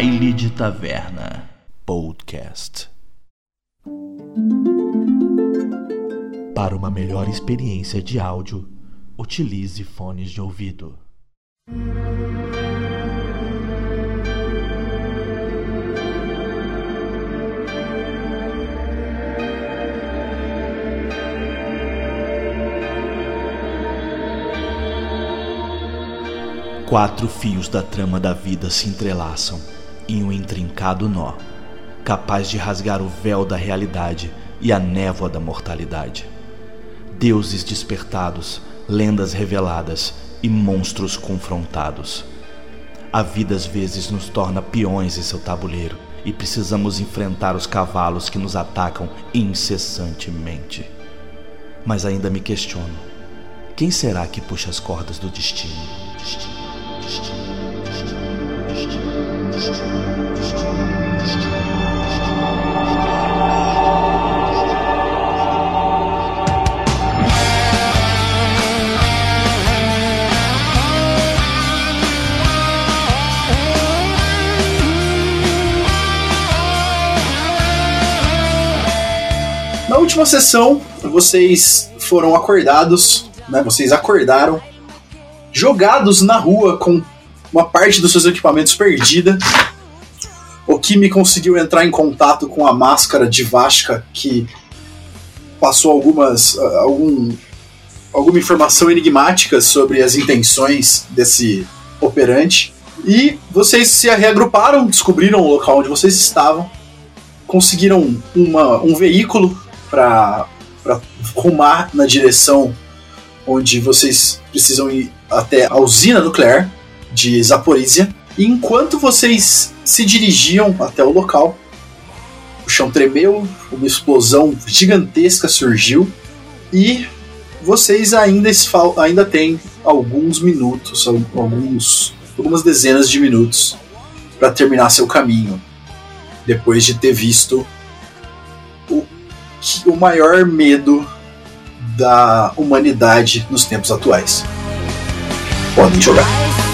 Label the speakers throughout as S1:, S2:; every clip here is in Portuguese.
S1: Baile de Taverna Podcast. Para uma melhor experiência de áudio, utilize fones de ouvido. Quatro fios da trama da vida se entrelaçam em um intrincado nó, capaz de rasgar o véu da realidade e a névoa da mortalidade. Deuses despertados, lendas reveladas e monstros confrontados. A vida às vezes nos torna peões em seu tabuleiro e precisamos enfrentar os cavalos que nos atacam incessantemente. Mas ainda me questiono, quem será que puxa as cordas do destino?
S2: Na última sessão, vocês foram acordados, né? Vocês acordaram, jogados na rua com uma parte dos seus equipamentos perdida. O Kimi conseguiu entrar em contato com a máscara de Vashka, que passou alguma informação enigmática sobre as intenções desse operante. E vocês se reagruparam, descobriram o local onde vocês estavam, conseguiram um veículo para rumar na direção onde vocês precisam ir até a usina nuclear de Zaporizhia. E enquanto vocês se dirigiam até o local, o chão tremeu, uma explosão gigantesca surgiu e vocês ainda têm alguns minutos, algumas dezenas de minutos para terminar seu caminho, depois de ter visto o maior medo da humanidade nos tempos atuais. Podem jogar.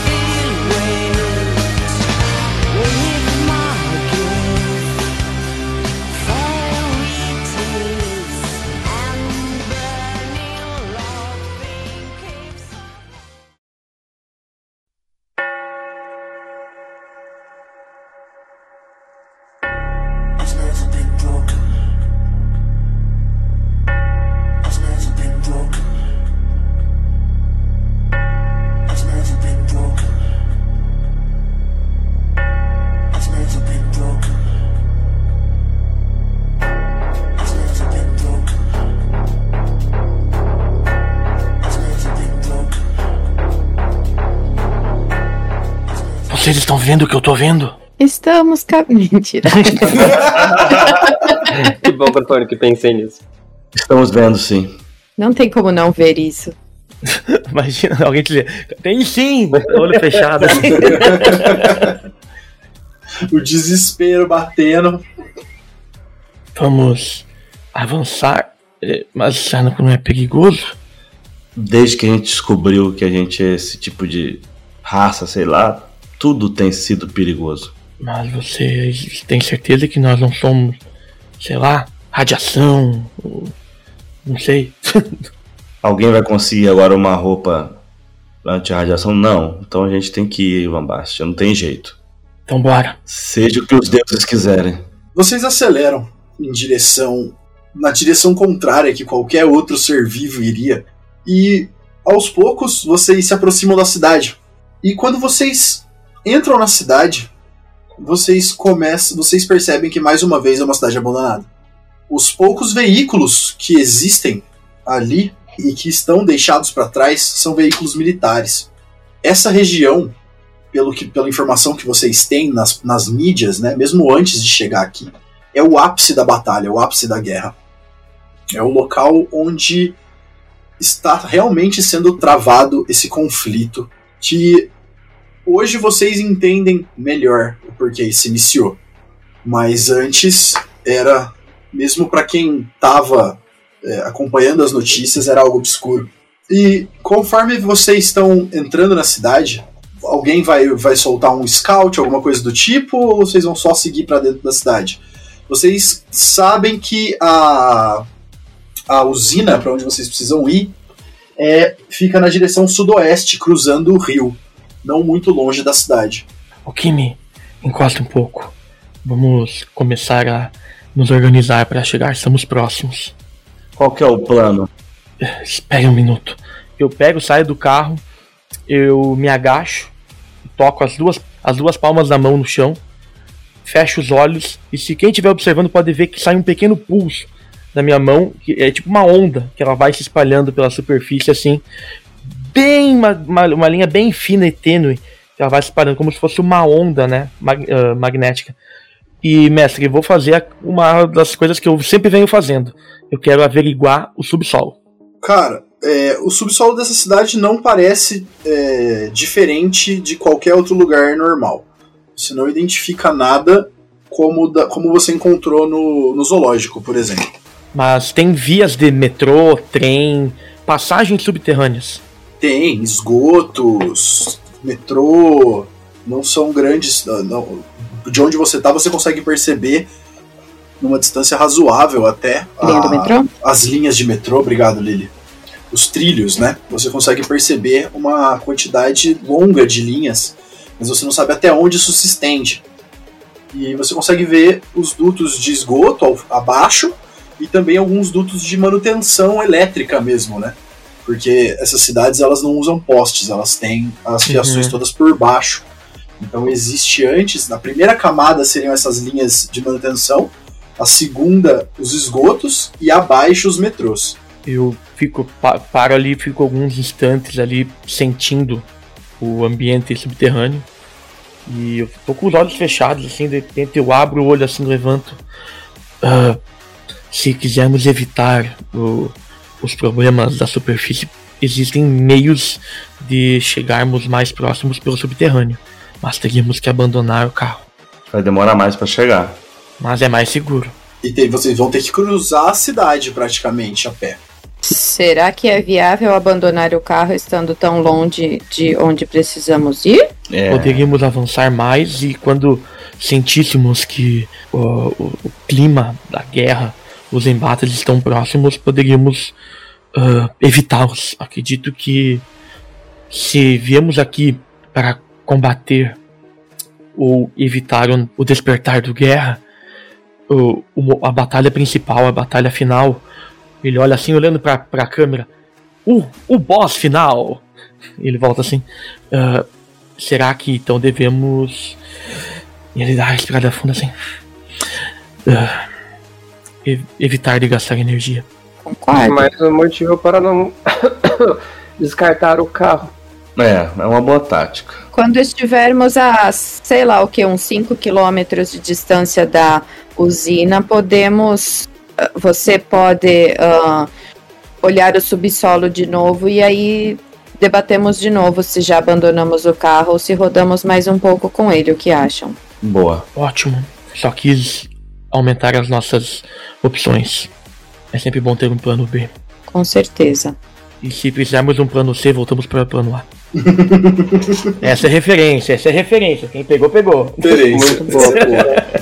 S3: Vocês estão vendo o que eu tô vendo?
S4: Estamos... Mentira.
S5: Que bom, Antônio, que pensei nisso.
S6: Estamos vendo, sim.
S4: Não tem como não ver isso.
S3: Imagina alguém te dizer, tem sim, olho fechado.
S2: O desespero batendo.
S3: Vamos avançar, mas achando que não é perigoso?
S6: Desde que a gente descobriu que a gente é esse tipo de raça, sei lá, tudo tem sido perigoso.
S3: Mas vocês têm certeza que nós não somos, sei lá, radiação? Não sei.
S6: Alguém vai conseguir agora uma roupa anti-radiação? Não. Então a gente tem que ir, Van Bastian. Não tem jeito.
S3: Então bora.
S6: Seja o que os deuses quiserem.
S2: Vocês aceleram na direção contrária que qualquer outro ser vivo iria. E aos poucos vocês se aproximam da cidade. E quando vocês entram na cidade, vocês percebem que mais uma vez é uma cidade abandonada. Os poucos veículos que existem ali e que estão deixados para trás são veículos militares. Essa região, pela informação que vocês têm nas mídias, né, mesmo antes de chegar aqui, é o ápice da batalha, o ápice da guerra. É o local onde está realmente sendo travado esse conflito que hoje vocês entendem melhor o porquê se iniciou. Mas antes era, mesmo para quem estava acompanhando as notícias, era algo obscuro. E conforme vocês estão entrando na cidade, alguém vai soltar um scout, alguma coisa do tipo, ou vocês vão só seguir para dentro da cidade? Vocês sabem que a usina para onde vocês precisam ir fica na direção sudoeste, cruzando o rio, não muito longe da cidade.
S3: O Kimi, encosta um pouco. Vamos começar a nos organizar para chegar, estamos próximos.
S6: Qual que é o plano?
S3: Espere um minuto. Eu saio do carro, eu me agacho, toco as duas palmas da mão no chão, fecho os olhos, e se quem estiver observando pode ver que sai um pequeno pulso da minha mão, que é tipo uma onda, que ela vai se espalhando pela superfície assim, bem uma linha bem fina e tênue, que ela vai se espalhando como se fosse uma onda, né, magnética. E, mestre, eu vou fazer uma das coisas que eu sempre venho fazendo. Eu quero averiguar o subsolo.
S2: Cara, o subsolo dessa cidade não parece diferente de qualquer outro lugar normal. Você não identifica nada como você encontrou no zoológico, por exemplo.
S3: Mas tem vias de metrô, trem, passagens subterrâneas.
S2: Tem, esgotos, metrô, não são grandes... Não, de onde você tá, você consegue perceber numa distância razoável até
S4: Linha do metrô?
S2: As linhas de metrô, obrigado, Lili. Os trilhos, né? Você consegue perceber uma quantidade longa de linhas, mas você não sabe até onde isso se estende. E você consegue ver os dutos de esgoto abaixo e também alguns dutos de manutenção elétrica mesmo, né? Porque essas cidades elas não usam postes, elas têm as fiações todas por baixo. Então existe antes, na primeira camada seriam essas linhas de manutenção, a segunda os esgotos e abaixo os metrôs.
S3: Eu paro ali, fico alguns instantes ali sentindo o ambiente subterrâneo e eu tô com os olhos fechados assim, de repente eu abro o olho assim, levanto. Se quisermos evitar os problemas da superfície, existem meios de chegarmos mais próximos pelo subterrâneo. Mas teríamos que abandonar o carro.
S6: Vai demorar mais pra chegar.
S3: Mas é mais seguro.
S2: E vocês vão ter que cruzar a cidade praticamente a pé.
S4: Será que é viável abandonar o carro estando tão longe de onde precisamos ir?
S3: Poderíamos avançar mais e quando sentíssemos que o clima da guerra, os embates estão próximos, poderíamos evitá-los. Acredito que se viemos aqui para combater ou evitar o despertar do guerra, a batalha principal, a batalha final, ele olha assim, olhando para a câmera, o boss final, ele volta assim, será que então devemos, ele dá a respirada funda assim, evitar de gastar energia.
S4: Concordo.
S5: Mais um motivo para não descartar o carro.
S6: É uma boa tática.
S4: Quando estivermos a, sei lá o que, uns 5 quilômetros de distância da usina, você pode olhar o subsolo de novo e aí debatemos de novo se já abandonamos o carro ou se rodamos mais um pouco com ele, o que acham?
S6: Boa.
S3: Ótimo. Só quis aumentar as nossas opções. É sempre bom ter um plano B.
S4: Com certeza.
S3: E se precisarmos de um plano C, voltamos para o plano A. Essa é referência. Quem pegou, pegou.
S2: Muito boa, pô.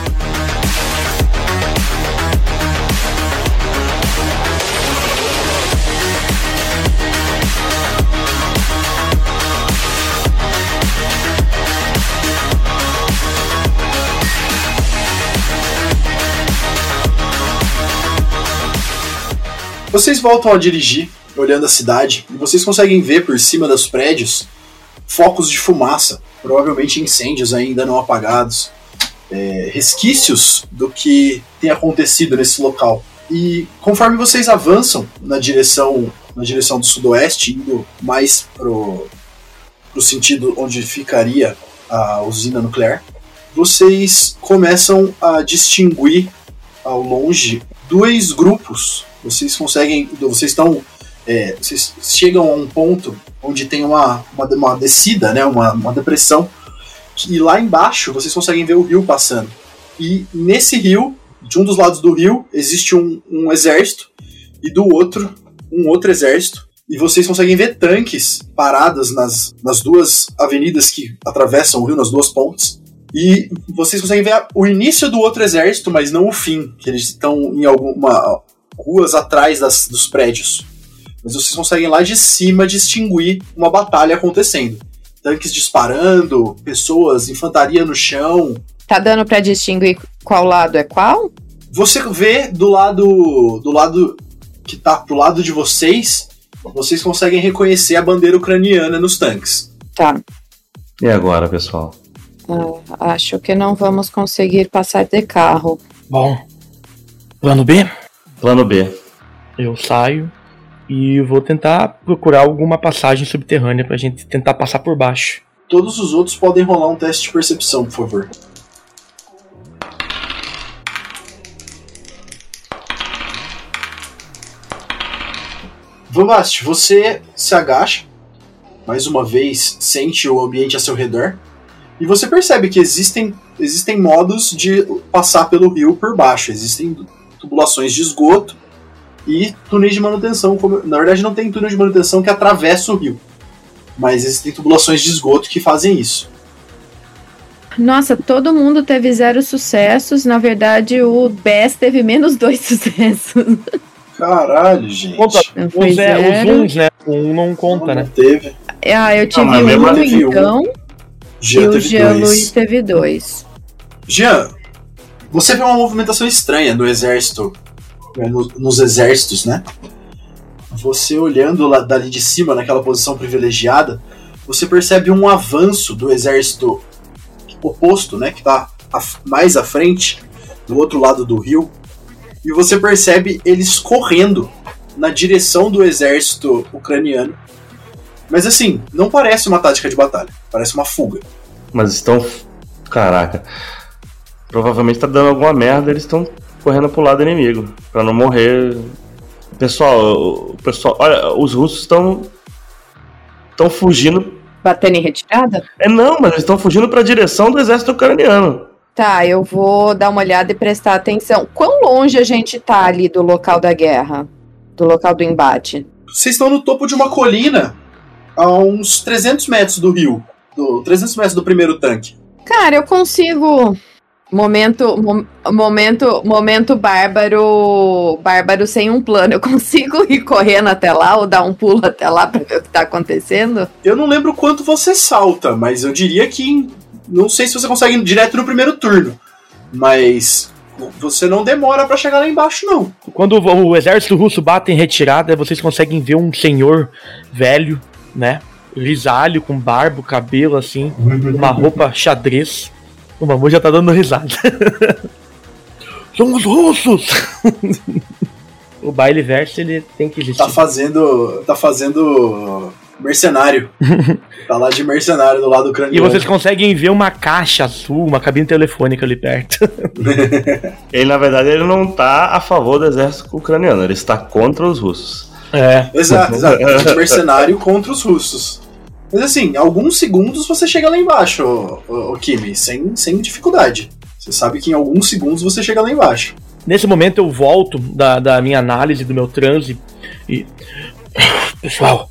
S2: Vocês voltam a dirigir, olhando a cidade, e vocês conseguem ver por cima dos prédios focos de fumaça, provavelmente incêndios ainda não apagados, resquícios do que tem acontecido nesse local. E conforme vocês avançam na direção do sudoeste, indo mais pro sentido onde ficaria a usina nuclear, vocês começam a distinguir ao longe dois grupos. Vocês chegam a um ponto onde tem uma descida, né, uma depressão, e lá embaixo vocês conseguem ver o rio passando. E nesse rio, de um dos lados do rio, existe um exército, e do outro, um outro exército, e vocês conseguem ver tanques paradas nas duas avenidas que atravessam o rio, nas duas pontes. E vocês conseguem ver o início do outro exército, mas não o fim, que eles estão em algumas ruas atrás dos prédios. Mas vocês conseguem lá de cima distinguir uma batalha acontecendo. Tanques disparando, pessoas, infantaria no chão.
S4: Tá dando pra distinguir qual lado é qual?
S2: Você vê do lado que tá pro lado de vocês conseguem reconhecer a bandeira ucraniana nos tanques.
S4: Tá.
S6: E agora, pessoal?
S4: Acho que não vamos conseguir passar de carro.
S3: Bom, plano B?
S6: Plano B.
S3: Eu saio e vou tentar procurar alguma passagem subterrânea pra gente tentar passar por baixo.
S2: Todos os outros podem rolar um teste de percepção, por favor. Vambast, você se agacha, mais uma vez sente o ambiente a seu redor, e você percebe que existem modos de passar pelo rio por baixo. Existem tubulações de esgoto e túneis de manutenção. Na verdade, não tem túnel de manutenção que atravessa o rio, mas existem tubulações de esgoto que fazem isso.
S4: Nossa, todo mundo teve 0 sucessos. Na verdade, o Bess teve menos 2 sucessos.
S2: Caralho, gente.
S3: Conta,
S4: Foi
S3: os
S4: zero.
S3: uns, né? Um não conta,
S2: Não
S3: né?
S2: teve.
S4: Eu tive
S2: mas mesmo
S4: um,
S2: teve
S4: então.
S2: Jean
S4: E o
S2: teve
S4: Jean
S2: 2.
S4: Luiz teve 2.
S2: Jean, você vê uma movimentação estranha no exército, nos exércitos, né? Você olhando lá dali de cima, naquela posição privilegiada, você percebe um avanço do exército oposto, né? Que tá mais à frente, do outro lado do rio. E você percebe eles correndo na direção do exército ucraniano. Mas assim, não parece uma tática de batalha, parece uma fuga.
S6: Mas estão... Caraca. Provavelmente tá dando alguma merda, eles estão correndo pro lado inimigo, pra não morrer. Pessoal, olha, os russos estão fugindo.
S4: Batendo em retirada?
S6: Não, mas eles estão fugindo pra direção do exército ucraniano.
S4: Tá, eu vou dar uma olhada e prestar atenção. Quão longe a gente tá ali do local da guerra? Do local do embate?
S2: Vocês estão no topo de uma colina, a uns 300 metros do rio. 300 metros do primeiro tanque.
S4: Cara, eu consigo... Momento bárbaro sem um plano. Eu consigo ir correndo até lá ou dar um pulo até lá pra ver o que tá acontecendo?
S2: Eu não lembro quanto você salta, mas eu diria que... Não sei se você consegue ir direto no primeiro turno, mas você não demora pra chegar lá embaixo, não.
S3: Quando o exército russo bate em retirada, vocês conseguem ver um senhor velho, né? Grisalho, com barba, cabelo assim, uma roupa xadrez. O Mamu já tá dando risada. Somos russos! O baile verso, ele tem que existir.
S2: Tá fazendo mercenário. Tá lá de mercenário do lado ucraniano.
S3: E vocês conseguem ver uma caixa azul, uma cabine telefônica ali perto.
S6: Ele, na verdade, ele não tá a favor do exército ucraniano, ele está contra os russos.
S2: Exato. De mercenário contra os russos. Mas assim, alguns segundos você chega lá embaixo, ô Kimi, sem dificuldade. Você sabe que em alguns segundos você chega lá embaixo.
S3: Nesse momento eu volto da minha análise, do meu transe e... Pessoal,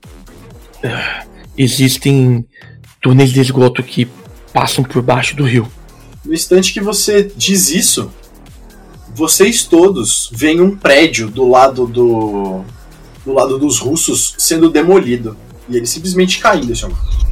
S3: existem túneis de esgoto que passam por baixo do rio.
S2: No instante que você diz isso, vocês todos veem um prédio do lado dos russos sendo demolido. E ele simplesmente caindo, assim.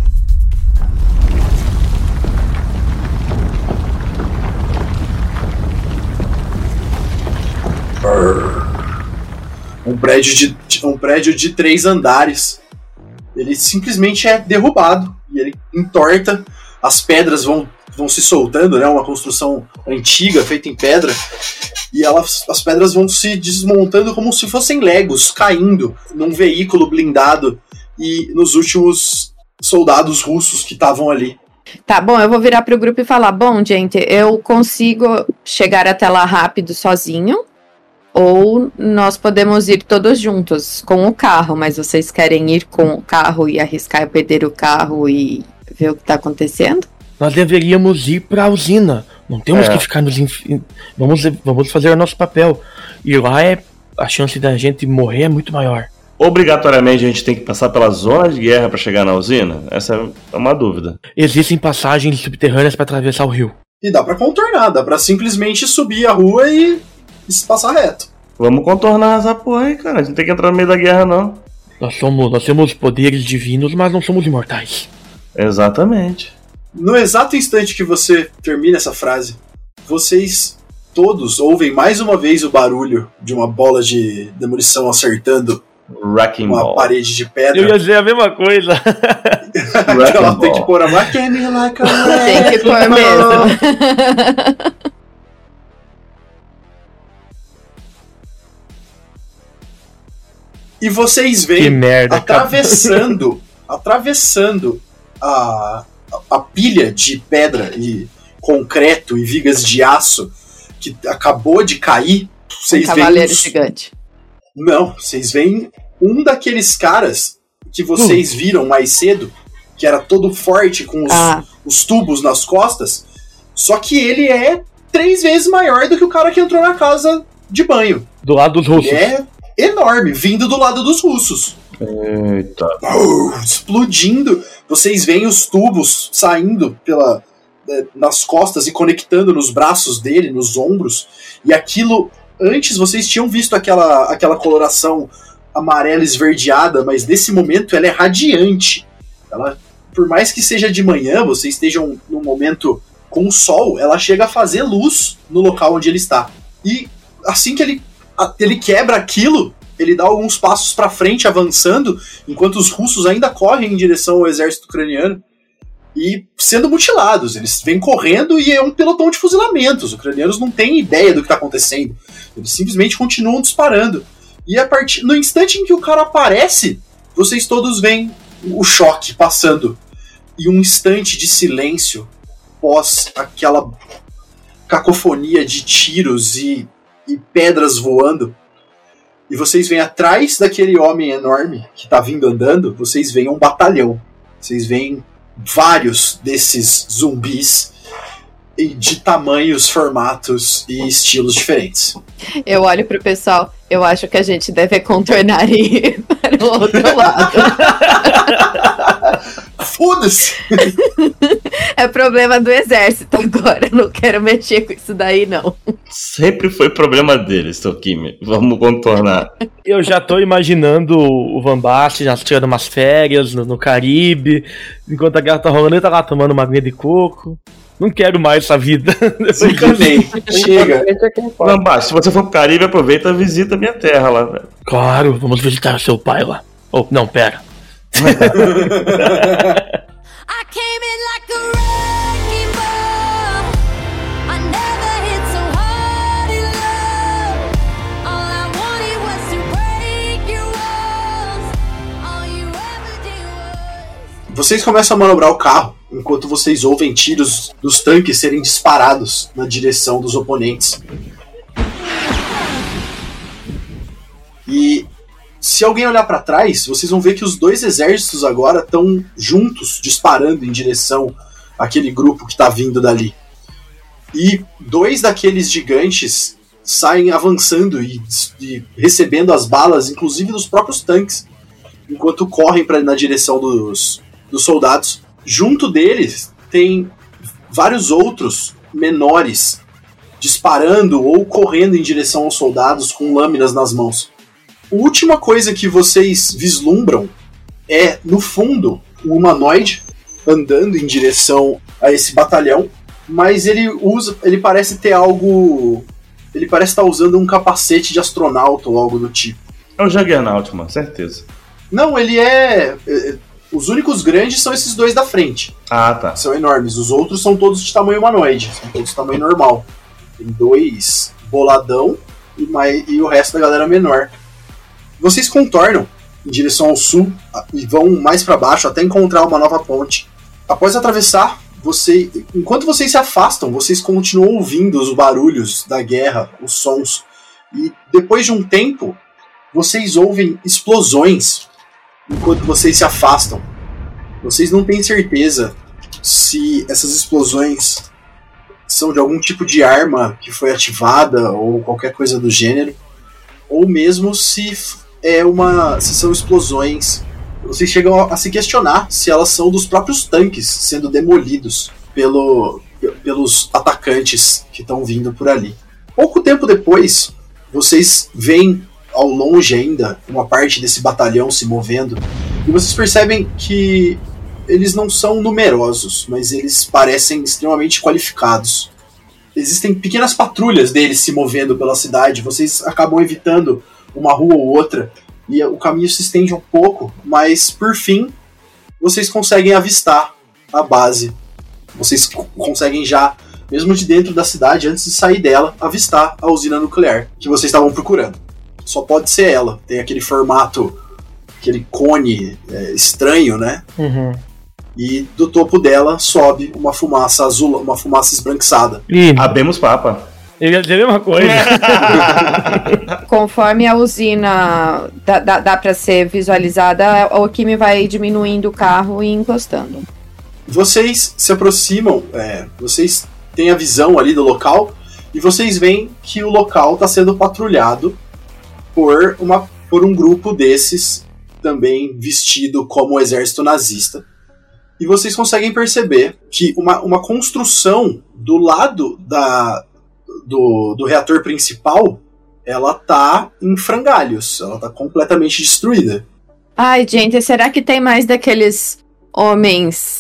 S2: Um prédio de 3 andares. Ele simplesmente é derrubado. E ele entorta. As pedras vão se soltando, né? Uma construção antiga, feita em pedra. E as pedras vão se desmontando como se fossem legos, caindo num veículo blindado. E nos últimos soldados russos que estavam ali.
S4: Tá, bom, eu vou virar pro grupo e falar, bom, gente, eu consigo chegar até lá rápido sozinho, ou nós podemos ir todos juntos com o carro, mas vocês querem ir com o carro e arriscar perder o carro e ver o que tá acontecendo?
S3: Nós deveríamos ir pra usina, não temos que ficar vamos fazer o nosso papel, e lá a chance da gente morrer é muito maior.
S6: Obrigatoriamente a gente tem que passar pela zona de guerra para chegar na usina? Essa é uma dúvida.
S3: Existem passagens subterrâneas para atravessar o rio.
S2: E dá pra contornar, dá pra simplesmente subir a rua e passar reto.
S6: Vamos contornar essa porra aí, cara. A gente não tem que entrar no meio da guerra, não.
S3: Nós temos poderes divinos, mas não somos imortais.
S6: Exatamente.
S2: No exato instante que você termina essa frase, vocês todos ouvem mais uma vez o barulho de uma bola de demolição acertando
S6: Wrecking
S2: uma
S6: Ball.
S2: parede de pedra.
S3: Eu ia dizer a mesma coisa.
S2: Ela tem que pôr a máquina like a
S4: Tem que pôr mesmo.
S2: E vocês
S3: Que
S2: veem
S3: merda,
S2: atravessando a pilha de pedra e concreto e vigas de aço que acabou de cair. Vocês
S4: Cavaleiro
S2: veem
S4: gigante.
S2: Não, vocês veem um daqueles caras que vocês viram mais cedo, que era todo forte com os tubos nas costas, só que ele é 3 vezes maior do que o cara que entrou na casa de banho.
S3: Do lado dos russos.
S2: Ele é enorme, vindo do lado dos russos.
S6: Eita.
S2: Explodindo. Vocês veem os tubos saindo nas costas e conectando nos braços dele, nos ombros. E aquilo, antes vocês tinham visto aquela coloração amarela esverdeada, mas nesse momento ela é radiante. Ela, por mais que seja de manhã, vocês estejam num momento com o sol, ela chega a fazer luz no local onde ele está. E assim que ele quebra aquilo, ele dá alguns passos para frente, avançando, enquanto os russos ainda correm em direção ao exército ucraniano e sendo mutilados. Eles vêm correndo e é um pelotão de fuzilamento. Os ucranianos não têm ideia do que está acontecendo. Eles simplesmente continuam disparando. E no instante em que o cara aparece, vocês todos veem o choque passando. E um instante de silêncio pós aquela cacofonia de tiros e pedras voando. E vocês veem atrás daquele homem enorme que tá vindo andando, vocês veem um batalhão. Vocês veem vários desses zumbis de tamanhos, formatos e estilos diferentes.
S4: Eu olho pro pessoal, eu acho que a gente deve contornar e ir para o outro lado.
S2: Foda-se!
S4: É problema do exército agora, eu não quero mexer com isso daí não.
S6: Sempre foi problema deles, Tokimi. Vamos contornar.
S3: Eu já tô imaginando o Van Basten já tirando umas férias no Caribe, enquanto a guerra tá rolando, ele tá lá tomando uma aguinha de coco. Não quero mais essa vida.
S2: Desencanei. Chega.
S6: Lambate, se você for pro Caribe, aproveita e visita a minha terra lá, velho.
S3: Claro, vamos visitar seu pai lá. Oh, não, pera.
S2: Vocês começam a manobrar o carro enquanto vocês ouvem tiros dos tanques serem disparados na direção dos oponentes. E se alguém olhar para trás, vocês vão ver que os dois exércitos agora estão juntos, disparando em direção àquele grupo que está vindo dali. E 2 daqueles gigantes saem avançando e recebendo as balas, inclusive dos próprios tanques, enquanto correm na direção dos soldados. Junto deles tem vários outros menores disparando ou correndo em direção aos soldados com lâminas nas mãos. A última coisa que vocês vislumbram é, no fundo, um humanoide andando em direção a esse batalhão, mas ele parece ter algo... Ele parece estar usando um capacete de astronauta ou algo do tipo.
S6: É o Juggernaut, mano, certeza.
S2: Não, ele é... Os únicos grandes são esses 2 da frente.
S6: Ah, tá.
S2: São enormes. Os outros são todos de tamanho humanoide. São todos de tamanho normal. Tem 2 boladão e o resto da galera menor. Vocês contornam em direção ao sul e vão mais para baixo até encontrar uma nova ponte. Após atravessar, enquanto vocês se afastam, vocês continuam ouvindo os barulhos da guerra, os sons. E depois de um tempo, vocês ouvem explosões enquanto vocês se afastam. Vocês não têm certeza se essas explosões são de algum tipo de arma que foi ativada ou qualquer coisa do gênero, ou mesmo se se são explosões. Vocês chegam a se questionar se elas são dos próprios tanques sendo demolidos pelos atacantes que estão vindo por ali. Pouco tempo depois, vocês veem ao longe ainda uma parte desse batalhão se movendo, e vocês percebem que eles não são numerosos, mas eles parecem extremamente qualificados. Existem pequenas patrulhas deles se movendo pela cidade, vocês acabam evitando uma rua ou outra, e o caminho se estende um pouco, mas por fim, vocês conseguem avistar a base. Vocês conseguem já, mesmo de dentro da cidade, antes de sair dela, avistar a usina nuclear que vocês estavam procurando. Só pode ser ela, tem aquele formato, aquele cone estranho, né?
S3: Uhum.
S2: E do topo dela sobe uma fumaça azul, uma fumaça esbranquiçada.
S6: Abemos papa.
S3: Eu ia dizer a mesma coisa.
S4: Conforme a usina dá pra ser visualizada, o Okimi vai diminuindo o carro e encostando.
S2: Vocês se aproximam, vocês têm a visão ali do local, e vocês veem que o local está sendo patrulhado por um grupo desses, também vestido como o exército nazista. E vocês conseguem perceber que uma construção do lado do reator principal, ela tá em frangalhos, ela tá completamente destruída.
S4: Ai, gente, será que tem mais daqueles homens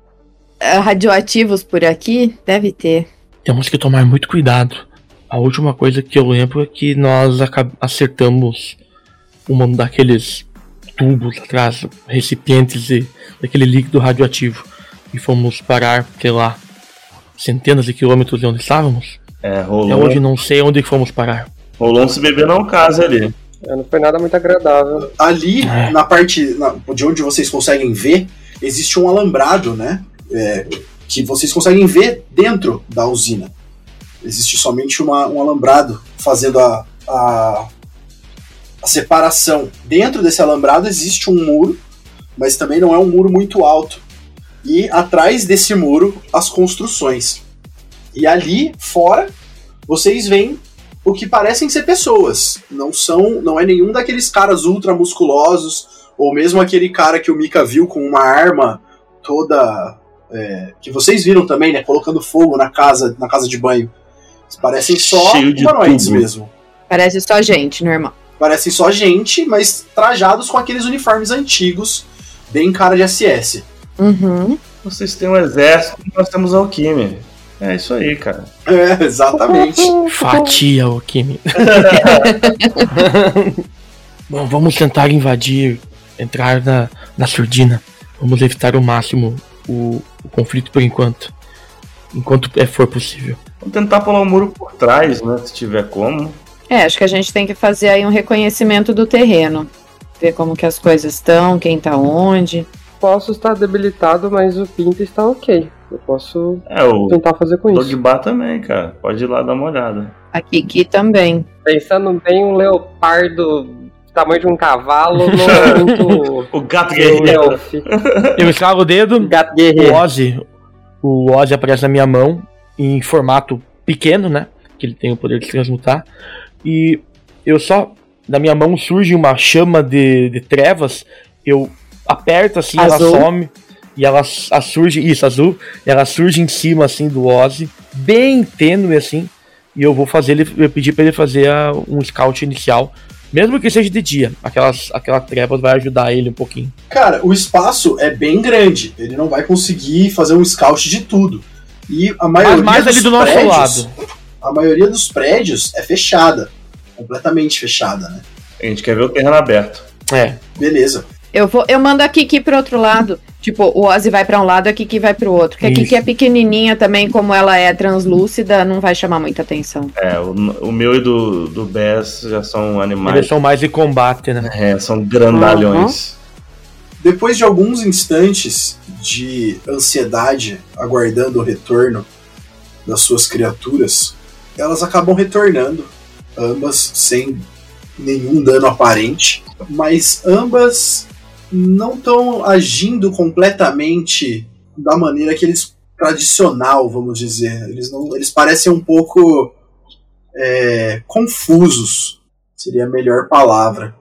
S4: radioativos por aqui? Deve ter.
S3: Temos que tomar muito cuidado. A última coisa que eu lembro é que nós acertamos um daqueles tubos atrás, recipientes daquele líquido radioativo, e fomos parar, sei lá, centenas de quilômetros de onde estávamos.
S6: Rolou.
S3: Até hoje não sei onde fomos parar.
S6: Rolou um se beber não casa ali.
S5: Não foi nada muito agradável.
S2: Ali, na parte de onde vocês conseguem ver, existe um alambrado, né? Que vocês conseguem ver dentro da usina. Existe somente um alambrado fazendo a separação. Dentro desse alambrado existe um muro, mas também não é um muro muito alto. E atrás desse muro, as construções. E ali, fora, vocês veem o que parecem ser pessoas. Não é nenhum daqueles caras ultra musculosos, ou mesmo aquele cara que o Mika viu com uma arma toda... que vocês viram também, né? Colocando fogo na casa de banho. Parecem só humanoides mesmo.
S4: Parece só gente, normal.
S2: Parecem só gente, mas trajados com aqueles uniformes antigos, bem cara de SS.
S4: Uhum.
S6: Vocês têm um exército e nós temos a Okimi. É isso aí, cara.
S2: Exatamente.
S3: Fatia, Okimi. Bom, vamos tentar entrar na surdina. Vamos evitar ao máximo o conflito por enquanto for possível.
S6: Vamos tentar pular o muro por trás, né, se tiver como.
S4: Acho que a gente tem que fazer aí um reconhecimento do terreno. Ver como que as coisas estão, quem tá onde.
S5: Posso estar debilitado, mas o Pinta está ok. Eu posso tentar fazer com isso.
S6: O Dogba também, cara. Pode ir lá dar uma olhada.
S4: A Kiki também.
S5: Pensando bem, um leopardo tamanho de um cavalo não é muito...
S6: O gato guerreiro.
S3: Eu escalo o dedo.
S5: Gato guerreiro.
S3: O Ozzy aparece na minha mão em formato pequeno, né? Que ele tem o poder de se transmutar. E eu só... Da minha mão surge uma chama de trevas. Eu aperto assim, azul. Ela some. E ela surge... Isso, azul. E ela surge em cima, assim, do Ozzy. Bem tênue, assim. E eu vou pedir pra ele fazer um scout inicial. Mesmo que seja de dia. Aquela trevas vai ajudar ele um pouquinho.
S2: Cara, o espaço é bem grande. Ele não vai conseguir fazer um scout de tudo. E a maioria
S3: mais ali do nosso lado.
S2: A maioria dos prédios é fechada. Completamente fechada, né?
S6: A gente quer ver o terreno aberto.
S2: Beleza.
S4: Eu mando a Kiki pro outro lado. Tipo, o Ozzy vai pra um lado, a Kiki vai pro outro. Porque a Kiki é pequenininha também, como ela é translúcida, não vai chamar muita atenção.
S6: O meu e do Bess já são animais.
S3: Eles são mais de combate, né?
S6: São grandalhões.
S2: Depois de alguns instantes de ansiedade, aguardando o retorno das suas criaturas, elas acabam retornando, ambas sem nenhum dano aparente, mas ambas não estão agindo completamente da maneira que eles tradicional, vamos dizer. Eles parecem um pouco confusos, seria a melhor palavra.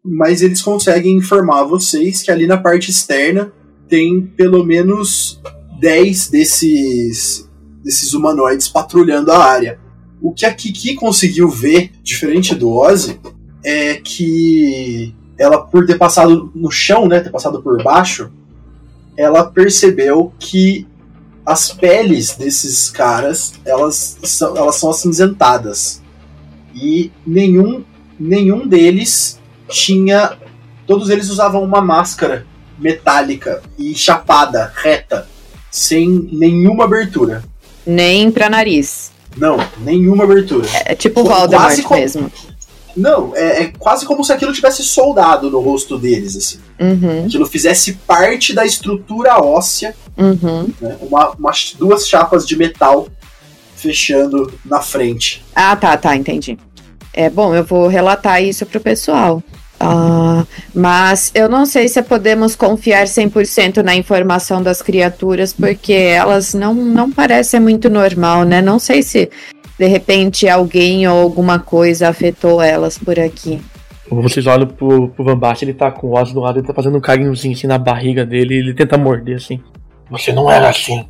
S2: mas eles conseguem informar vocês que ali na parte externa tem pelo menos 10 desses humanoides patrulhando a área. O que a Kiki conseguiu ver, diferente do Ozzy, é que ela, por ter passado no chão, né, ter passado por baixo, ela percebeu que as peles desses caras, elas são acinzentadas. E nenhum deles tinha... Todos eles usavam uma máscara metálica e chapada, reta, sem nenhuma abertura.
S4: Nem pra nariz.
S2: Não, nenhuma abertura.
S4: É tipo o Voldemort mesmo.
S2: Não, é quase como se aquilo tivesse soldado no rosto deles, assim.
S4: Uhum.
S2: Aquilo fizesse parte da estrutura óssea,
S4: uhum.
S2: Né, duas chapas de metal fechando na frente.
S4: Ah, tá, entendi. Bom, eu vou relatar isso pro pessoal. Mas eu não sei se podemos confiar 100% na informação das criaturas, porque elas não parecem muito normal, né? Não sei se de repente alguém ou alguma coisa afetou elas por aqui.
S3: Vocês olham pro Van Basten, ele tá com o Oz do lado, ele tá fazendo um carinhozinho assim na barriga dele, ele tenta morder assim. Você não era assim.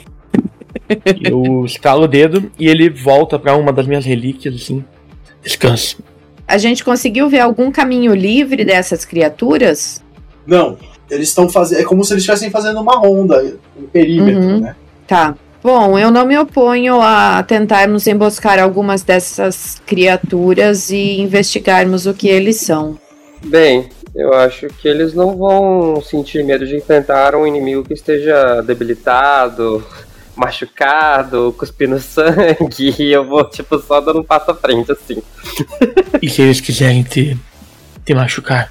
S3: Eu estalo o dedo e ele volta pra uma das minhas relíquias assim. Descanse.
S4: A gente conseguiu ver algum caminho livre dessas criaturas?
S2: Não, eles estão fazendo. É como se eles estivessem fazendo uma ronda, um perímetro, né?
S4: Tá. Bom, eu não me oponho a tentarmos emboscar algumas dessas criaturas e investigarmos o que eles são.
S5: Bem, eu acho que eles não vão sentir medo de enfrentar um inimigo que esteja debilitado, machucado, cuspindo sangue, e eu vou, só dando um passo à frente, assim.
S3: E se eles quiserem te machucar?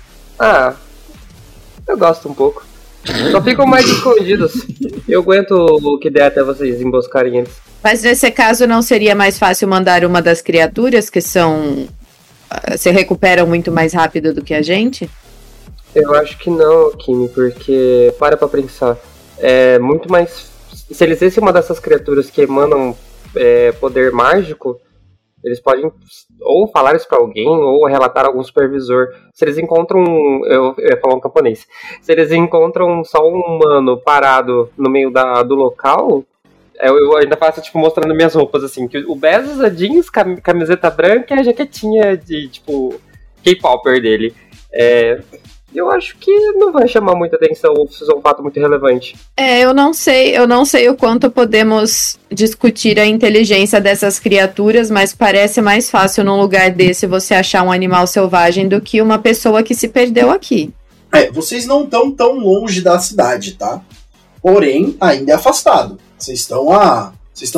S5: Eu gosto um pouco. Só ficam mais escondidos. Eu aguento o que der até vocês emboscarem eles.
S4: Mas nesse caso não seria mais fácil mandar uma das criaturas que se recuperam muito mais rápido do que a gente?
S5: Eu acho que não, Kimi, porque para pra pensar. É muito mais... Se eles fossem uma dessas criaturas que emanam poder mágico, eles podem ou falar isso pra alguém, ou relatar a algum supervisor. Se eles encontram... Eu ia falar um camponês. Se eles encontram só um humano parado no meio do local... Eu ainda faço, mostrando minhas roupas, assim. Que o Bez usa jeans, camiseta branca e a jaquetinha de, K-popper dele. Eu acho que não vai chamar muita atenção ou se é um fato muito relevante.
S4: Eu não sei o quanto podemos discutir a inteligência dessas criaturas, mas parece mais fácil num lugar desse você achar um animal selvagem do que uma pessoa que se perdeu aqui.
S2: Vocês não estão tão longe da cidade, tá? Porém, ainda é afastado. Vocês estão a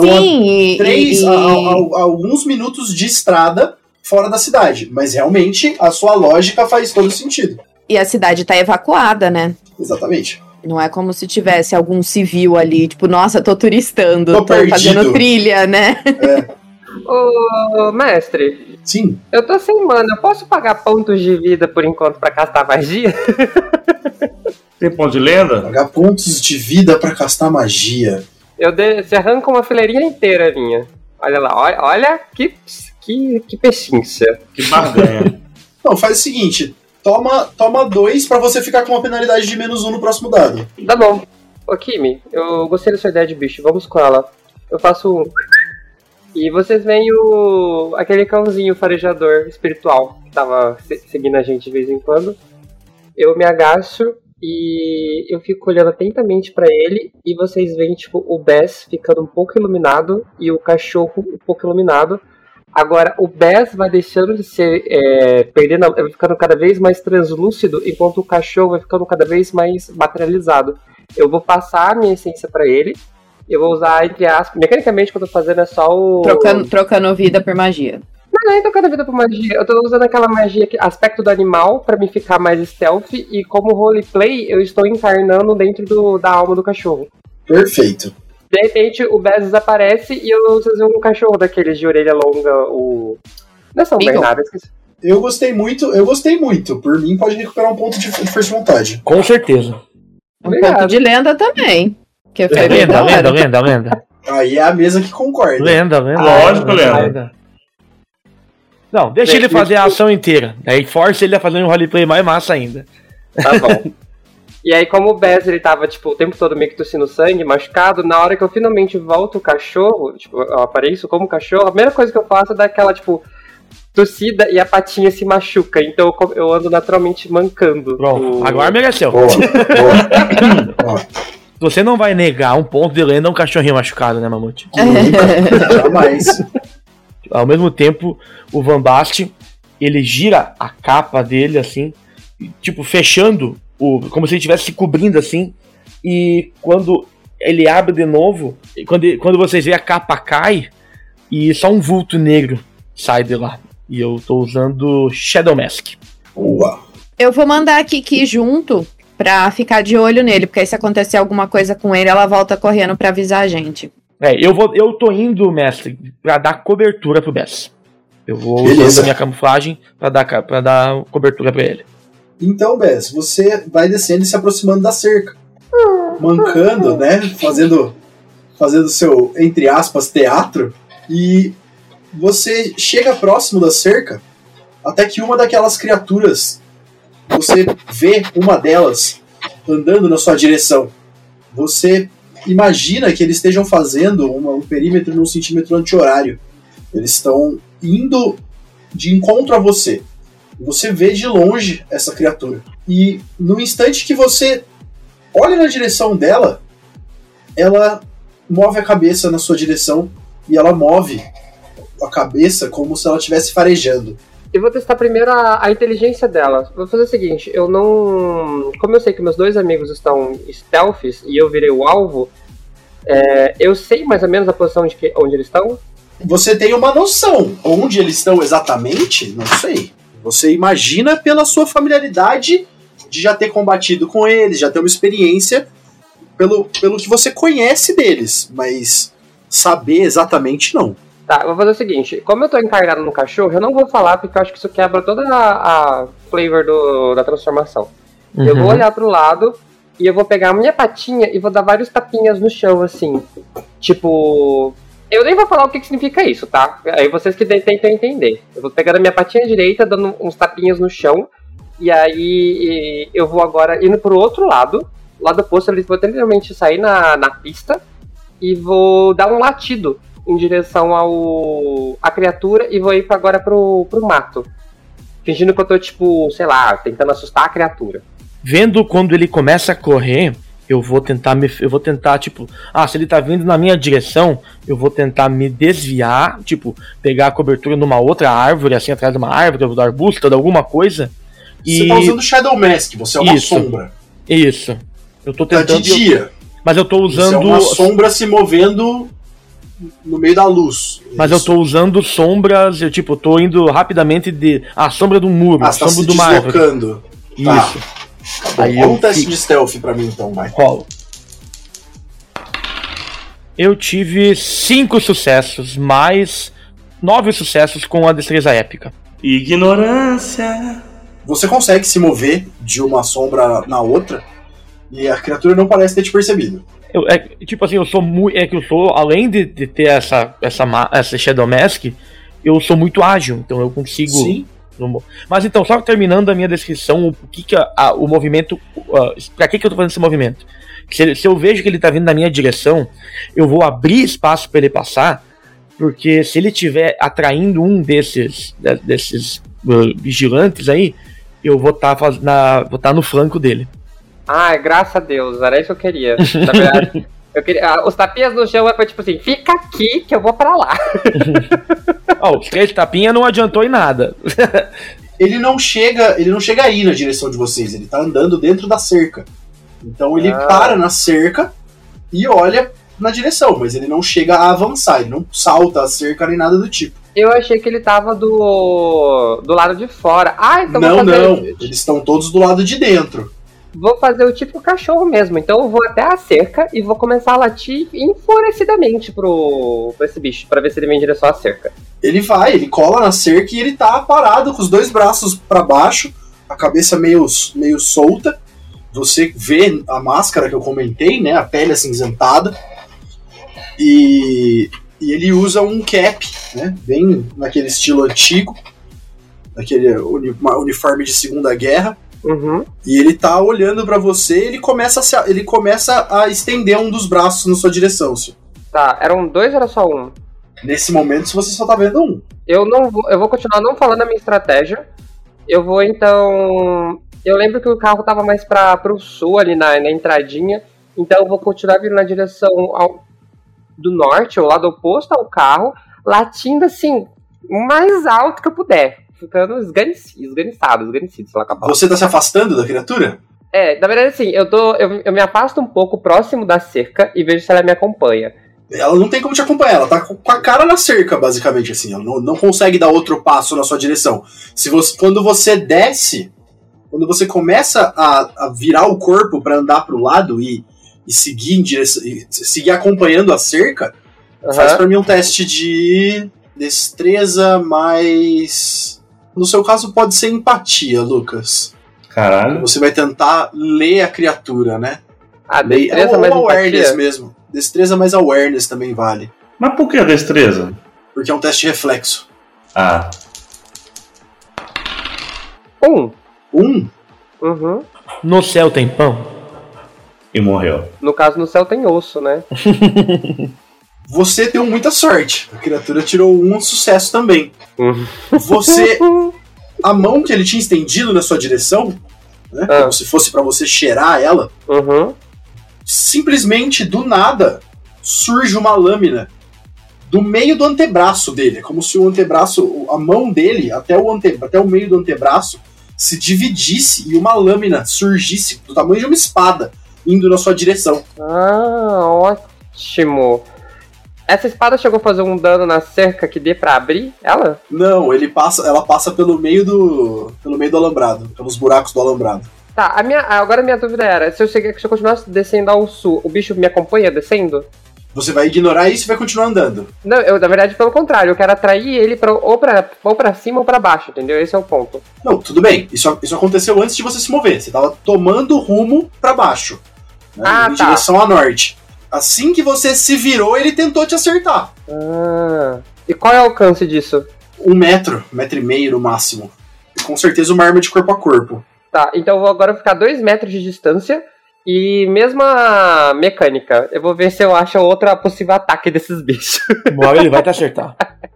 S2: alguns minutos de estrada fora da cidade. Mas realmente a sua lógica faz todo sentido.
S4: E a cidade tá evacuada, né?
S2: Exatamente.
S4: Não é como se tivesse algum civil ali, nossa, tô turistando, tô fazendo trilha, né?
S5: Ô, mestre.
S2: Sim.
S5: Eu tô sem mana, eu posso pagar pontos de vida por enquanto pra castar magia?
S6: Tem ponto de lenda?
S2: Pagar pontos de vida pra castar magia.
S5: Você arranca uma fileirinha inteira minha. Olha lá, olha que pechincha.
S6: Que barganha.
S2: Não, faz o seguinte... Toma 2 pra você ficar com uma penalidade de -1 no próximo dado.
S5: Tá bom. Ô, Kimi, eu gostei da sua ideia de bicho. Vamos com ela. Eu faço 1. E vocês veem aquele cãozinho farejador espiritual que tava seguindo a gente de vez em quando. Eu me agacho e eu fico olhando atentamente pra ele. E vocês veem, o Bess ficando um pouco iluminado e o cachorro um pouco iluminado. Agora, o Bess vai deixando de ser, vai ficando cada vez mais translúcido, enquanto o cachorro vai ficando cada vez mais materializado. Eu vou passar a minha essência pra ele, eu vou usar, entre aspas, mecanicamente o que eu tô fazendo é só o...
S4: Trocando vida por magia.
S5: Não é trocando vida por magia, eu tô usando aquela magia, aspecto do animal, pra me ficar mais stealth, e como roleplay, eu estou encarnando dentro da alma do cachorro.
S2: Perfeito.
S5: De repente, o Bez desaparece e vocês veem um cachorro daqueles de orelha longa, Não é São Bernardo, esqueci.
S2: Eu gostei muito. Por mim, pode recuperar um ponto de força de vontade.
S3: Com certeza.
S4: Ponto de lenda também. Que foi
S3: lenda.
S2: Aí é a mesa que concorda.
S3: Lenda.
S6: Lógico, lenda.
S3: Não, deixa ele fazer a ação inteira. Daí força ele a fazer um roleplay mais massa ainda.
S5: Tá bom. E aí, como o Bess, ele tava, tipo, o tempo todo meio que tossindo sangue, machucado, na hora que eu finalmente volto o cachorro, tipo, eu apareço como cachorro, a primeira coisa que eu faço é dar aquela, tipo, tossida e a patinha se machuca. Então eu ando naturalmente mancando.
S3: Pronto, agora mereceu.
S2: Boa.
S3: Você não vai negar um ponto de lenda a um cachorrinho machucado, né, Mamute?
S2: Jamais.
S3: Ao mesmo tempo, o Van Basten, ele gira a capa dele, assim, tipo, fechando, como se ele estivesse se cobrindo, assim, e quando ele abre de novo, quando vocês veem a capa cai, e só um vulto negro sai de lá. E eu tô usando Shadow Mask.
S2: Boa.
S4: Eu vou mandar a Kiki junto pra ficar de olho nele, porque aí se acontecer alguma coisa com ele, ela volta correndo pra avisar a gente.
S3: Eu tô indo, mestre, pra dar cobertura pro Bess. Eu vou
S2: Beleza.
S3: usar a minha camuflagem pra dar cobertura pra ele.
S2: Então, Bess, você vai descendo e se aproximando da cerca. Mancando, né? Fazendo seu, entre aspas, teatro. E você chega próximo da cerca, até que uma daquelas criaturas, você vê uma delas andando na sua direção. Você imagina que eles estejam fazendo um perímetro num centímetro anti-horário. Eles estão indo de encontro a você. Você vê de longe essa criatura. E no instante que você olha na direção dela, ela move a cabeça na sua direção e ela move a cabeça como se ela estivesse farejando.
S5: Eu vou testar primeiro a inteligência dela. Vou fazer o seguinte, eu não... Como eu sei que meus dois amigos estão stealths e eu virei o alvo, eu sei mais ou menos a posição onde eles estão?
S2: Você tem uma noção. Onde eles estão exatamente? Não sei. Você imagina pela sua familiaridade de já ter combatido com eles, já ter uma experiência pelo que você conhece deles, mas saber exatamente não.
S5: Tá, eu vou fazer o seguinte, como eu tô encarnado no cachorro, eu não vou falar porque eu acho que isso quebra toda a flavor da transformação.
S3: Uhum.
S5: Eu vou olhar pro lado e eu vou pegar a minha patinha e vou dar vários tapinhas no chão, assim. Tipo... Eu nem vou falar o que significa isso, tá? Aí vocês que tentam entender. Eu vou pegar a minha patinha direita, dando uns tapinhas no chão, e aí eu vou agora indo pro outro lado oposto, eu vou literalmente sair na pista e vou dar um latido em direção à criatura e vou ir agora pro mato. Fingindo que eu tô, tipo, sei lá, tentando assustar a criatura.
S3: Vendo quando ele começa a correr, eu vou tentar, tipo, se ele tá vindo na minha direção, eu vou tentar me desviar, tipo, pegar a cobertura numa outra árvore, assim, atrás de uma árvore, do arbusto, de alguma coisa.
S2: Você tá usando Shadow Mask, você é uma sombra.
S3: Isso. Eu tô tentando...
S2: Tá de dia.
S3: Mas eu tô usando...
S2: Você é uma sombra se movendo no meio da luz.
S3: Mas eu tô usando sombras, eu tô indo rapidamente a sombra do muro, a sombra do mar.
S2: Deslocando.
S3: Isso.
S2: Tá. Aí rola um teste de stealth pra mim então, vai.
S3: Rola. Eu tive 5 sucessos, mais 9 sucessos com a destreza épica.
S6: Ignorância.
S2: Você consegue se mover de uma sombra na outra e a criatura não parece ter te percebido.
S3: Eu sou, além de ter essa Shadow Mask, eu sou muito ágil, então eu consigo...
S2: Sim.
S3: Mas então, só terminando a minha descrição, o movimento... pra que eu tô fazendo esse movimento? Se eu vejo que ele tá vindo na minha direção, eu vou abrir espaço para ele passar, porque se ele estiver atraindo um desses vigilantes aí, eu vou estar no flanco dele.
S5: Graças a Deus, era isso que eu queria. Na verdade, os tapinhas no chão é tipo assim, fica aqui que eu vou pra lá.
S3: Os 3 tapinhas não adiantou em nada.
S2: Ele não chega aí na direção de vocês, ele tá andando dentro da cerca. Então ele para na cerca e olha na direção, mas ele não chega a avançar, ele não salta a cerca nem nada do tipo.
S5: Eu achei que ele tava do lado de fora. Então
S2: não, eles estão todos do lado de dentro.
S5: Vou fazer o tipo cachorro mesmo, então eu vou até a cerca e vou começar a latir enfurecidamente pro esse bicho, pra ver se ele vem em direção à cerca.
S2: Ele cola na cerca e ele tá parado com os 2 braços pra baixo, a cabeça meio solta. Você vê a máscara que eu comentei, né, a pele acinzentada, e ele usa um cap, né, bem naquele estilo antigo, aquele uniforme de Segunda Guerra.
S5: Uhum.
S2: E ele tá olhando pra você e ele começa a estender um dos braços na sua direção, senhor.
S5: Tá, eram 2 ou era só um?
S2: Nesse momento, você só tá vendo um.
S5: Eu vou continuar não falando a minha estratégia. Eu vou então... Eu lembro que o carro tava mais pro sul, ali na entradinha. Então eu vou continuar vindo na direção do norte, ou lado oposto ao carro, latindo assim, o mais alto que eu puder. Ficando esganiçado, sei lá, capaz.
S2: Você tá se afastando da criatura?
S5: Na verdade assim, eu me afasto um pouco próximo da cerca e vejo se ela me acompanha.
S2: Ela não tem como te acompanhar, ela tá com a cara na cerca, basicamente, assim. Ela não consegue dar outro passo na sua direção. Quando você desce, quando você começa a virar o corpo pra andar pro lado e seguir em direção, seguir acompanhando a cerca, faz pra mim um teste de destreza mais... No seu caso pode ser empatia, Lucas.
S6: Caralho.
S2: Você vai tentar ler a criatura, né?
S5: Destreza mais
S2: awareness
S5: empatia
S2: mesmo. Destreza mais awareness também vale.
S6: Mas por que a destreza?
S2: Porque é um teste de reflexo.
S6: Ah.
S5: 1.
S2: Uhum.
S3: No céu tem pão?
S6: E morreu.
S5: No caso, no céu tem osso, né?
S2: Você deu muita sorte. A criatura tirou um sucesso também. Você... A mão que ele tinha estendido na sua direção, né, como se fosse pra você cheirar ela, simplesmente, do nada, surge uma lâmina do meio do antebraço dele. É como se o antebraço, a mão dele, até o meio do antebraço, se dividisse e uma lâmina surgisse do tamanho de uma espada, indo na sua direção.
S5: Ótimo. Essa espada chegou a fazer um dano na cerca que dê pra abrir ela?
S2: Não, ela passa pelo meio do alambrado, pelos buracos do alambrado.
S5: Tá, agora a minha dúvida era, se eu continuasse descendo ao sul, o bicho me acompanha descendo?
S2: Você vai ignorar isso e vai continuar andando.
S5: Não, na verdade, pelo contrário, eu quero atrair ele ou pra cima ou pra baixo, entendeu? Esse é o ponto.
S2: Não, tudo bem, isso aconteceu antes de você se mover, você tava tomando rumo pra baixo, né, em direção a norte. Assim que você se virou, ele tentou te acertar.
S5: E qual é o alcance disso?
S2: 1 metro, 1,5 metro no máximo. E com certeza uma arma de corpo a corpo.
S5: Tá, então eu vou agora ficar 2 metros de distância e mesma mecânica. Eu vou ver se eu acho outro possível ataque desses bichos.
S3: Uma hora ele vai te acertar.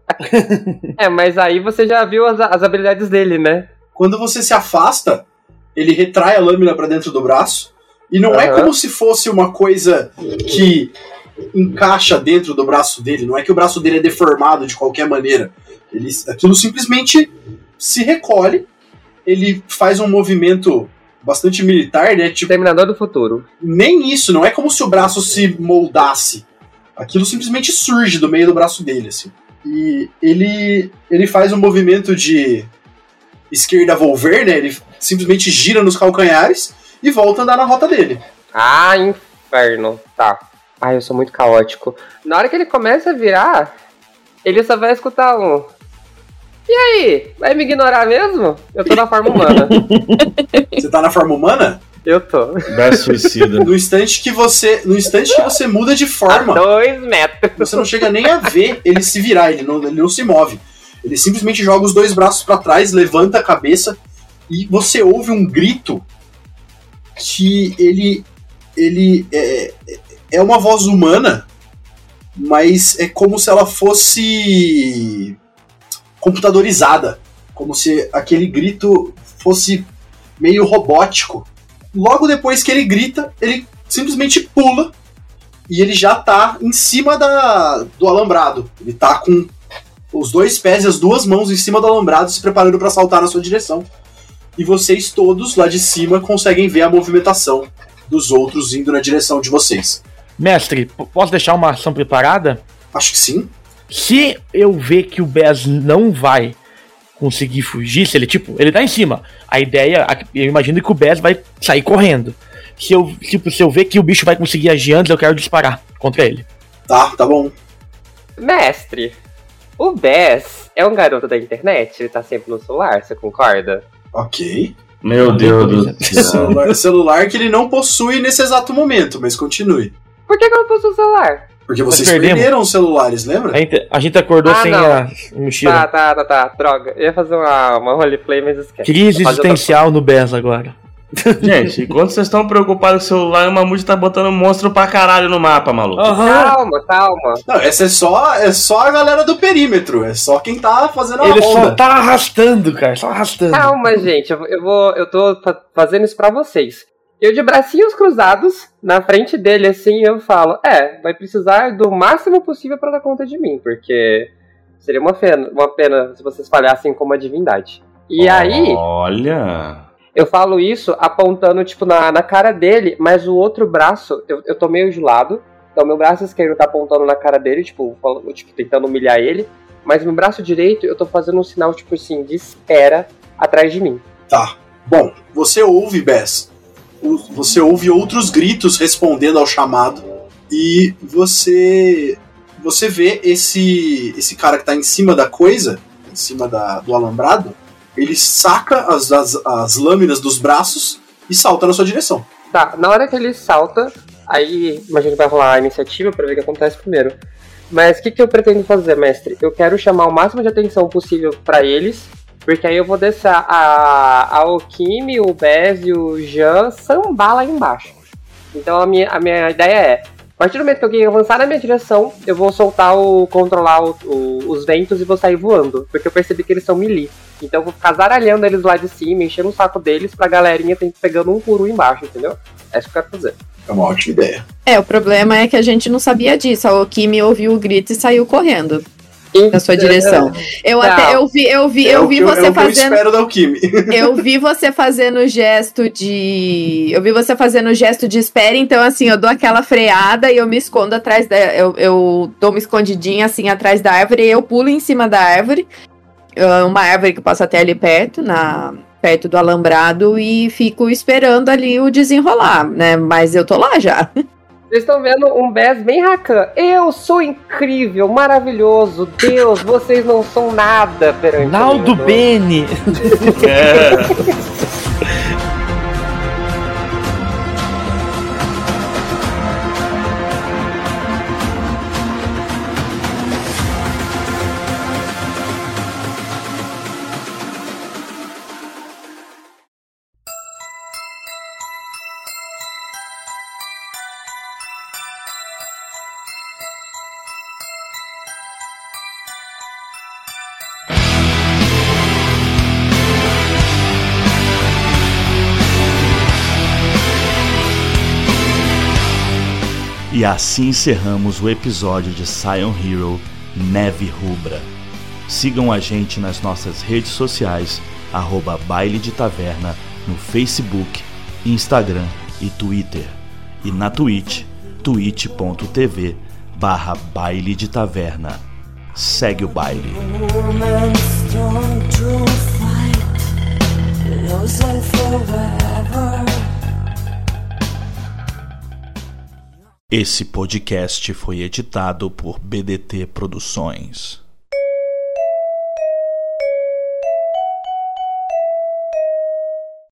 S5: Mas aí você já viu as habilidades dele, né?
S2: Quando você se afasta, ele retrai a lâmina pra dentro do braço. E não é como se fosse uma coisa que encaixa dentro do braço dele. Não é que o braço dele é deformado de qualquer maneira. Aquilo simplesmente se recolhe. Ele faz um movimento bastante militar, né? Tipo,
S5: Terminador do Futuro.
S2: Nem isso, não é como se o braço se moldasse. Aquilo simplesmente surge do meio do braço dele, assim. E ele faz um movimento de esquerda volver, né? Ele simplesmente gira nos calcanhares e volta a andar na rota dele.
S5: Inferno. Tá. Eu sou muito caótico. Na hora que ele começa a virar, ele só vai escutar um... E aí? Vai me ignorar mesmo? Eu tô na forma humana.
S2: Você tá na forma humana?
S5: Eu tô.
S6: Vai suicida.
S2: No instante que você muda de forma...
S5: 2 metros.
S2: Você não chega nem a ver ele se virar, ele não se move. Ele simplesmente joga os 2 braços pra trás, levanta a cabeça e você ouve um grito que ele é uma voz humana, mas é como se ela fosse computadorizada, como se aquele grito fosse meio robótico. Logo depois que ele grita, ele simplesmente pula e ele já tá em cima do alambrado. Ele tá com os 2 pés e as 2 mãos em cima do alambrado, se preparando para saltar na sua direção. E vocês todos lá de cima conseguem ver a movimentação dos outros indo na direção de vocês.
S3: Mestre, posso deixar uma ação preparada?
S2: Acho que sim.
S3: Se eu ver que o Bess não vai conseguir fugir, se ele tá em cima, a ideia, eu imagino que o Bess vai sair correndo. Se eu ver que o bicho vai conseguir agir antes, eu quero disparar contra ele.
S2: Tá bom.
S5: Mestre, o Bess é um garoto da internet, ele tá sempre no celular, você concorda?
S2: Ok.
S6: Meu Deus do céu.
S2: Celular que ele não possui nesse exato momento, mas continue.
S5: Por que eu não possui o celular?
S2: Porque vocês
S3: perdemos.
S2: perderam os celulares, lembra?
S3: A gente acordou sem
S5: não.
S3: a mochila.
S5: Tá. Droga. Eu ia fazer uma roleplay, mas esquece.
S3: Crise existencial no BES agora.
S6: Gente, enquanto vocês estão preocupados com o celular, o Mamute tá botando monstro pra caralho no mapa, maluco.
S5: Calma.
S2: Não, essa é só a galera do perímetro. É só quem tá fazendo a
S3: Ele
S2: ronda.
S3: só tá arrastando, cara. Só arrastando.
S5: Calma, gente. Eu tô fazendo isso pra vocês. Eu de bracinhos cruzados, na frente dele, assim, eu falo, vai precisar do máximo possível pra dar conta de mim, porque seria uma pena se vocês falhassem como a divindade. E aí...
S6: Olha...
S5: Eu falo isso apontando, tipo, na cara dele, mas o outro braço, eu tô meio de lado, então meu braço esquerdo tá apontando na cara dele, tipo, tentando humilhar ele, mas meu braço direito eu tô fazendo um sinal, tipo assim, de espera atrás de mim.
S2: Tá. Bom, você ouve, Bess. Você ouve outros gritos respondendo ao chamado e você vê esse cara que tá em cima da coisa, em cima do alambrado. Ele saca as lâminas dos braços e salta na sua direção.
S5: Tá, na hora que ele salta, aí imagino que vai rolar a iniciativa pra ver o que acontece primeiro. Mas o que eu pretendo fazer, mestre? Eu quero chamar o máximo de atenção possível pra eles, porque aí eu vou deixar a Okimi, o Bez e o Jean sambar lá embaixo. Então a minha ideia é, a partir do momento que alguém avançar na minha direção, eu vou controlar os ventos e vou sair voando, porque eu percebi que eles são melee. Então eu vou ficar zaralhando eles lá de cima, enchendo o saco deles pra galerinha pegando um por um embaixo, entendeu? É isso que eu quero fazer.
S2: É uma ótima ideia.
S4: O problema é que a gente não sabia disso. A Okimi ouviu o grito e saiu correndo na sua direção. Eu vi você fazendo.
S2: Eu espero da Okimi.
S4: Eu vi você fazendo gesto de espera, então assim, eu dou aquela freada e eu me escondo atrás eu dou uma escondidinha assim atrás da árvore e eu pulo em cima da árvore. Uma árvore que passa até ali perto do alambrado e fico esperando ali o desenrolar, né? Mas eu tô lá já.
S5: Vocês estão vendo um Bez bem Rakan. Eu sou incrível, maravilhoso. Deus, vocês não são nada perante
S3: Naldo Bene.
S1: E assim encerramos o episódio de Scion Hero Neve Rubra. Sigam a gente nas nossas redes sociais, @Baile de Taverna, no Facebook, Instagram e Twitter. E na Twitch, twitch.tv/Baile de Taverna. Segue o baile. Esse podcast foi editado por BDT Produções.